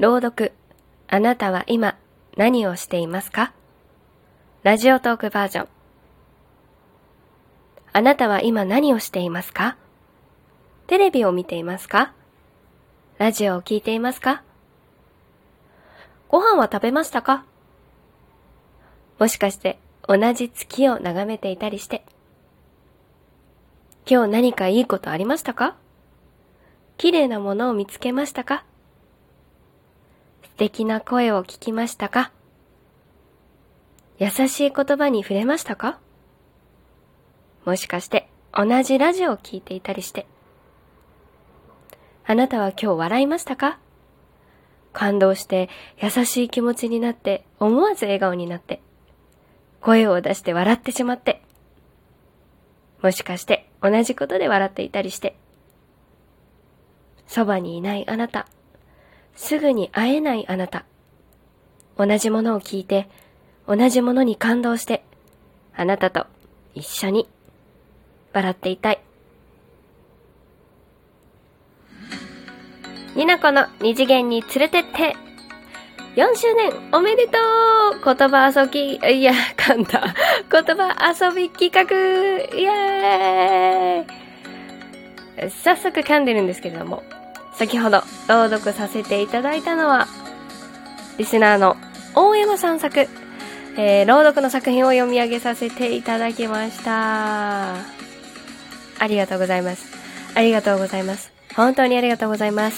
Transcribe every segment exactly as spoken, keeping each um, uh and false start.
朗読、あなたは今何をしていますか？ラジオトークバージョン。あなたは今何をしていますか？テレビを見ていますか？ラジオを聞いていますか？ご飯は食べましたか？もしかして同じ月を眺めていたりして。今日何かいいことありましたか？綺麗なものを見つけましたか？素敵な声を聞きましたか？優しい言葉に触れましたか？もしかして同じラジオを聞いていたりして。あなたは今日笑いましたか？感動して優しい気持ちになって思わず笑顔になって声を出して笑ってしまって。もしかして同じことで笑っていたりして。そばにいないあなた、すぐに会えないあなた、同じものを聞いて同じものに感動してあなたと一緒に笑っていたい。になこの二次元に連れてってよんしゅうねんおめでとう。言葉遊び、いや、噛んだ。言葉遊び企画、イエーイ。早速噛んでるんですけれども、先ほど朗読させていただいたのは、リスナーの大山さん作、えー、朗読の作品を読み上げさせていただきました。ありがとうございます。ありがとうございます。本当にありがとうございます。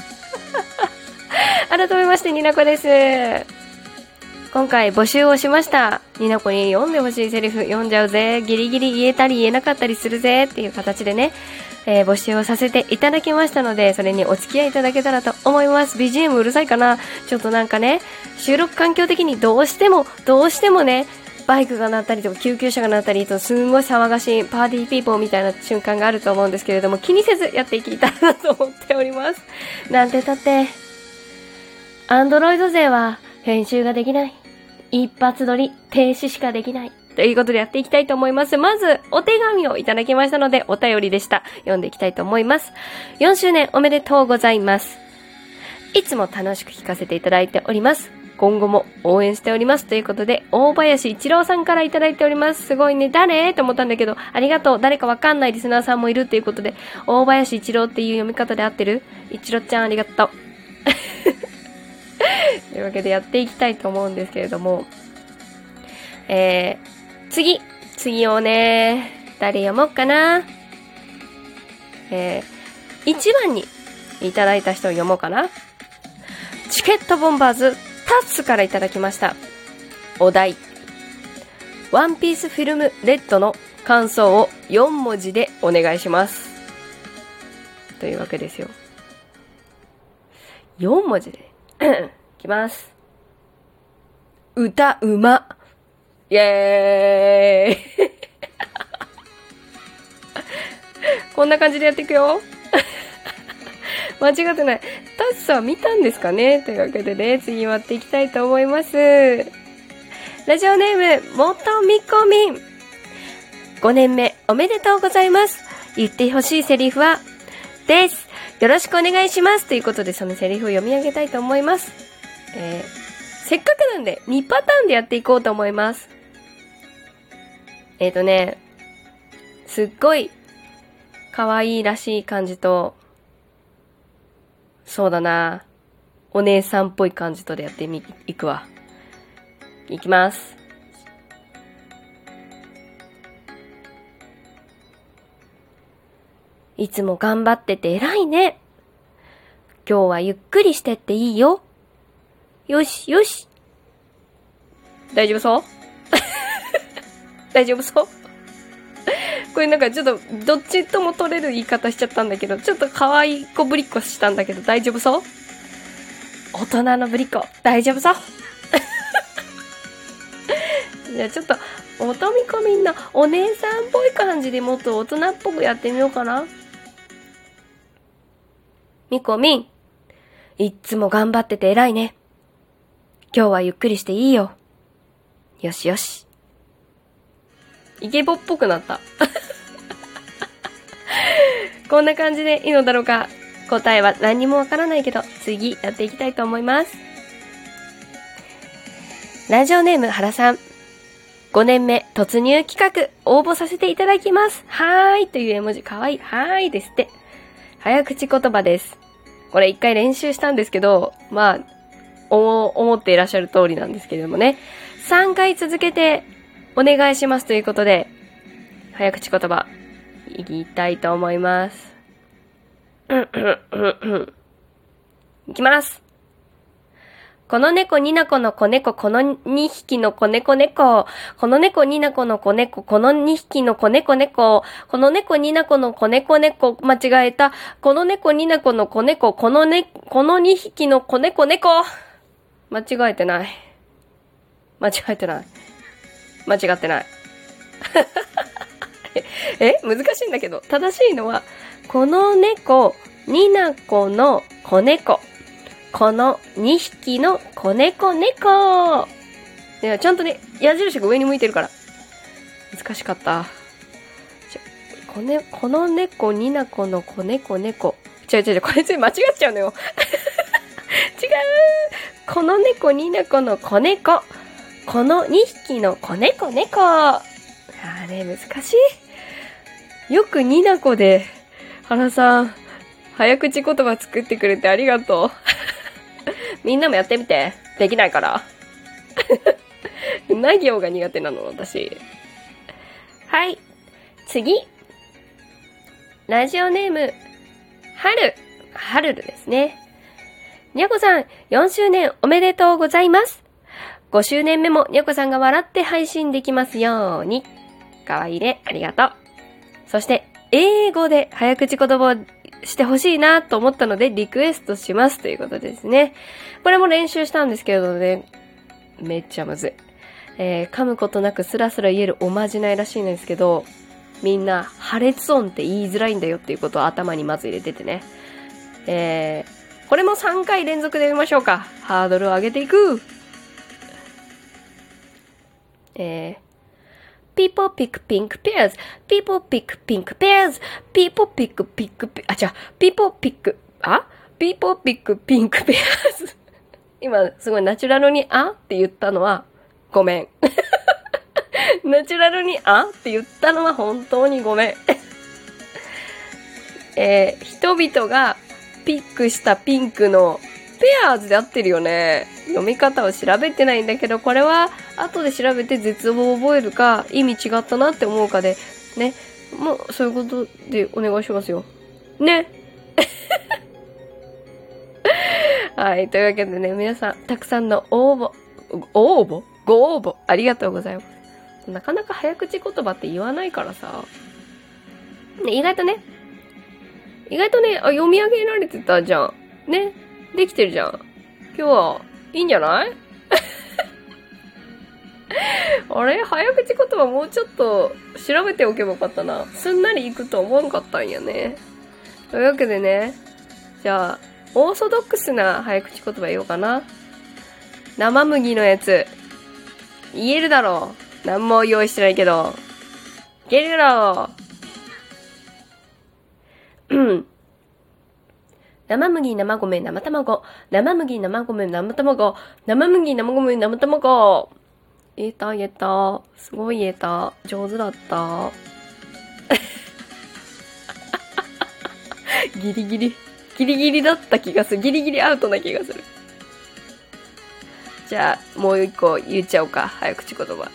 改めましてになこです。今回募集をしました。になこに読んでほしいセリフ読んじゃうぜ、ギリギリ言えたり言えなかったりするぜっていう形でね、えー、募集をさせていただきましたので、それにお付き合いいただけたらと思います。 ビージーエム うるさいかな。ちょっとなんかね、収録環境的にどうしてもどうしてもね、バイクが鳴ったりとか救急車が鳴ったりとすんごい騒がしいパーティーピーポーみたいな瞬間があると思うんですけれども、気にせずやっていきたいなと思っております。なんてたってアンドロイド勢は編集ができない。一発撮り、停止しかできない。ということでやっていきたいと思います。まず、お手紙をいただきましたので、お便りでした。読んでいきたいと思います。よんしゅうねんおめでとうございます。いつも楽しく聞かせていただいております。今後も応援しております。ということで、大林一郎さんからいただいております。すごいね。誰と思ったんだけど、ありがとう。誰かわかんないリスナーさんもいるということで、大林一郎っていう読み方で合ってる？一郎ちゃんありがとう。というわけでやっていきたいと思うんですけれども、えー、次、次をね、誰読もうかな。えー、いちばんにいただいた人を読もうかな。チケットボンバーズタッスからいただきました。お題、ワンピースフィルムレッドの感想をよんもじでお願いします。というわけですよ。よんもじで。いきます。歌うま。イエーイ。こんな感じでやっていくよ。間違ってない。タッスは見たんですかね。というわけでね、次割っていきたいと思います。ラジオネーム、もとみこみん。ごねんめおめでとうございます。言ってほしいセリフは、です。よろしくお願いします。ということで、そのセリフを読み上げたいと思います。えー、せっかくなんでにパターンでやっていこうと思います。えーとね、すっごい可愛いらしい感じと、そうだな、お姉さんっぽい感じとでやってみ、いくわ。いきます。いつも頑張ってて偉いね。今日はゆっくりしてっていいよ。よしよし。大丈夫そう？大丈夫そう？これなんかちょっとどっちとも取れる言い方しちゃったんだけど、ちょっと可愛い子ぶりっこしたんだけど大丈夫そう？大人のぶりっ子大丈夫そう？じゃあちょっとおとみこみんなお姉さんっぽい感じでもっと大人っぽくやってみようかな。みこみん、いっつも頑張ってて偉いね。今日はゆっくりしていいよ。よしよし。イケボっぽくなった。こんな感じでいいのだろうか。 答えは何にもわからないけど、次やっていきたいと思います。ラジオネーム原さん。ごねんめ突入企画応募させていただきます。はーいという絵文字かわいい。はーいですって。早口言葉です。これ一回練習したんですけど、まあ、お思っていらっしゃる通りなんですけれどもね。さんかい続けてお願いしますということで、早口言葉、言いたいと思います。うんうんうんうん。いきます。この猫になこの子猫、このにひきの子猫猫。この猫になこの子猫、このにひきの子猫猫。この猫になこの子猫猫、間違えた。この猫になこの子猫、このね、このにひきの子猫猫。間違えてない。間違えてない。間違ってない。え、難しいんだけど。正しいのは、この猫、になこの子猫。このにひきの子猫猫。いや、ちゃんとね、矢印が上に向いてるから。難しかった。ちょ、こね、この猫になこの子猫猫。違う違う違う、これつい間違っちゃうのよ。違う。この猫になこの子猫。このにひきの子猫猫。あーね、難しい。よくになこで、原さん、早口言葉作ってくれてありがとう。みんなもやってみて。できないから。な行が苦手なの、私。はい。次。ラジオネーム、はる。はるるですね。にゃこさん、よんしゅうねんおめでとうございます。ごしゅうねんめもにゃこさんが笑って配信できますように。かわいいね。ありがとう。そして、英語で早口言葉をしてほしいなと思ったのでリクエストしますということですね。これも練習したんですけれどね、めっちゃむずい。えー、噛むことなくスラスラ言えるおまじないらしいんですけど、みんな破裂音って言いづらいんだよっていうことを頭にまず入れててね。えー、これもさんかい連続で読みましょうか。ハードルを上げていく。えーPeople pick pink pears. People pick pink pears. People pick pink pears. あ、違う。People pick, あ ?People pick pink pears. 今、すごいナチュラルにあって言ったのは、ごめん。ナチュラルにあって言ったのは本当にごめん。えー、人々がピックしたピンクのペアーズで合ってるよね。読み方を調べてないんだけど、これは後で調べて絶望を覚えるか、意味違ったなって思うかで、ね。もう、そういうことでお願いしますよ。ね。はい。というわけでね、皆さん、たくさんの応募、応募ご応募、ありがとうございます。なかなか早口言葉って言わないからさ。ね、意外とね、意外とね、あ、読み上げられてたじゃん。ね。できてるじゃん。今日はいいんじゃないあれ早口言葉もうちょっと調べておけばよかったな。すんなりいくと思わんかったんやね。というわけでね、じゃあ、オーソドックスな早口言葉言おうかな。生麦のやつ。言えるだろう。何も用意してないけど。いけるだろう。うん。生麦、生米、生卵。生麦、生米、生卵。生麦、生米、生卵。言えた、言えた。すごい言えた。上手だった。ギリギリ、ギリギリだった気がする。ギリギリアウトな気がする。じゃあ、もう一個言っちゃおうか。早口言葉。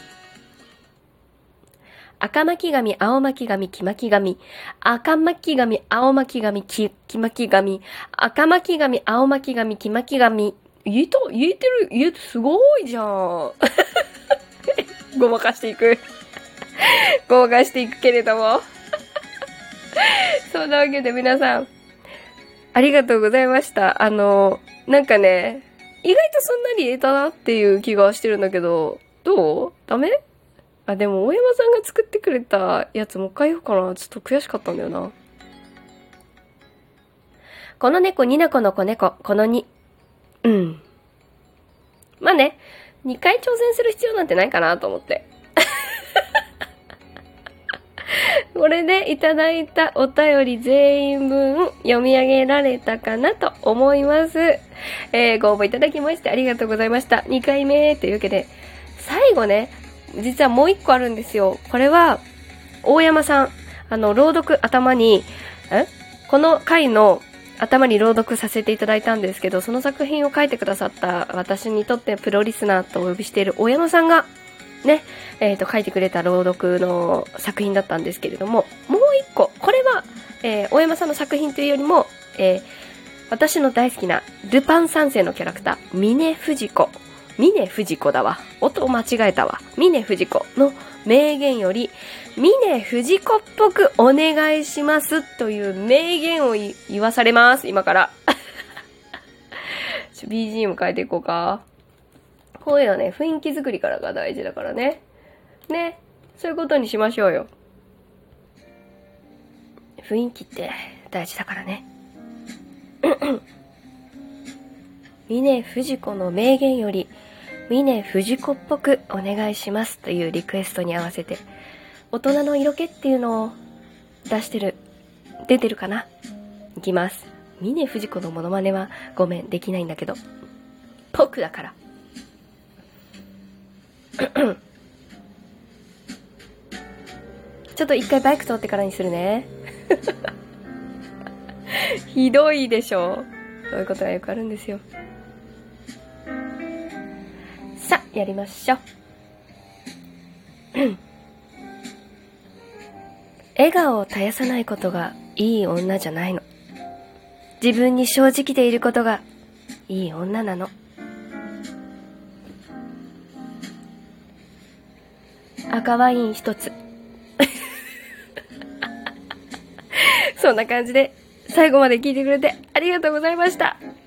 赤巻紙、青巻紙、黄巻紙。赤巻紙、青巻紙、黄巻紙。赤巻紙、青巻紙、黄巻紙。言えた、言えてる、言えて、すごいじゃん。ごまかしていく。ごまかしていくけれども。そんなわけで皆さん、ありがとうございました。あの、なんかね、意外とそんなに言えたなっていう気がしてるんだけど、どう？ダメ？あ、でも大山さんが作ってくれたやつもう一回言おうかな。ちょっと悔しかったんだよな。この猫、になこの子猫、このに、うん。まあね、にかい挑戦する必要なんてないかなと思って。 これでいただいたお便り全員分読み上げられたかなと思います。えー、ご応募いただきましてありがとうございました。にかいめというわけで、最後ね、実はもう一個あるんですよ。これは、大山さん、あの、朗読頭に、えこの回の頭に朗読させていただいたんですけど、その作品を書いてくださった私にとってプロリスナーとお呼びしている大山さんが、ね、えっと、書いてくれた朗読の作品だったんですけれども、もう一個、これは、えー、大山さんの作品というよりも、えー、私の大好きなルパン三世のキャラクター、峰不二子。峰不二子だわ。音を間違えたわ。峰不二子の名言より、峰不二子っぽくお願いしますという名言を言わされます、今から。ビージーエム 変えていこうか。こういうのね、雰囲気作りからが大事だからね。ね。そういうことにしましょうよ。雰囲気って大事だからね。峰不二子の名言より、峰不二子っぽくお願いしますというリクエストに合わせて、大人の色気っていうのを出してる、出てるかな？いきます。峰不二子のモノマネはごめん、できないんだけど。ぽくだから。ちょっと一回バイク通ってからにするね。ひどいでしょ。そういうことがよくあるんですよ。さあ、やりましょう。笑顔を絶やさないことがいい女じゃないの。自分に正直でいることがいい女なの。赤ワイン一つ。そんな感じで最後まで聞いてくれてありがとうございました。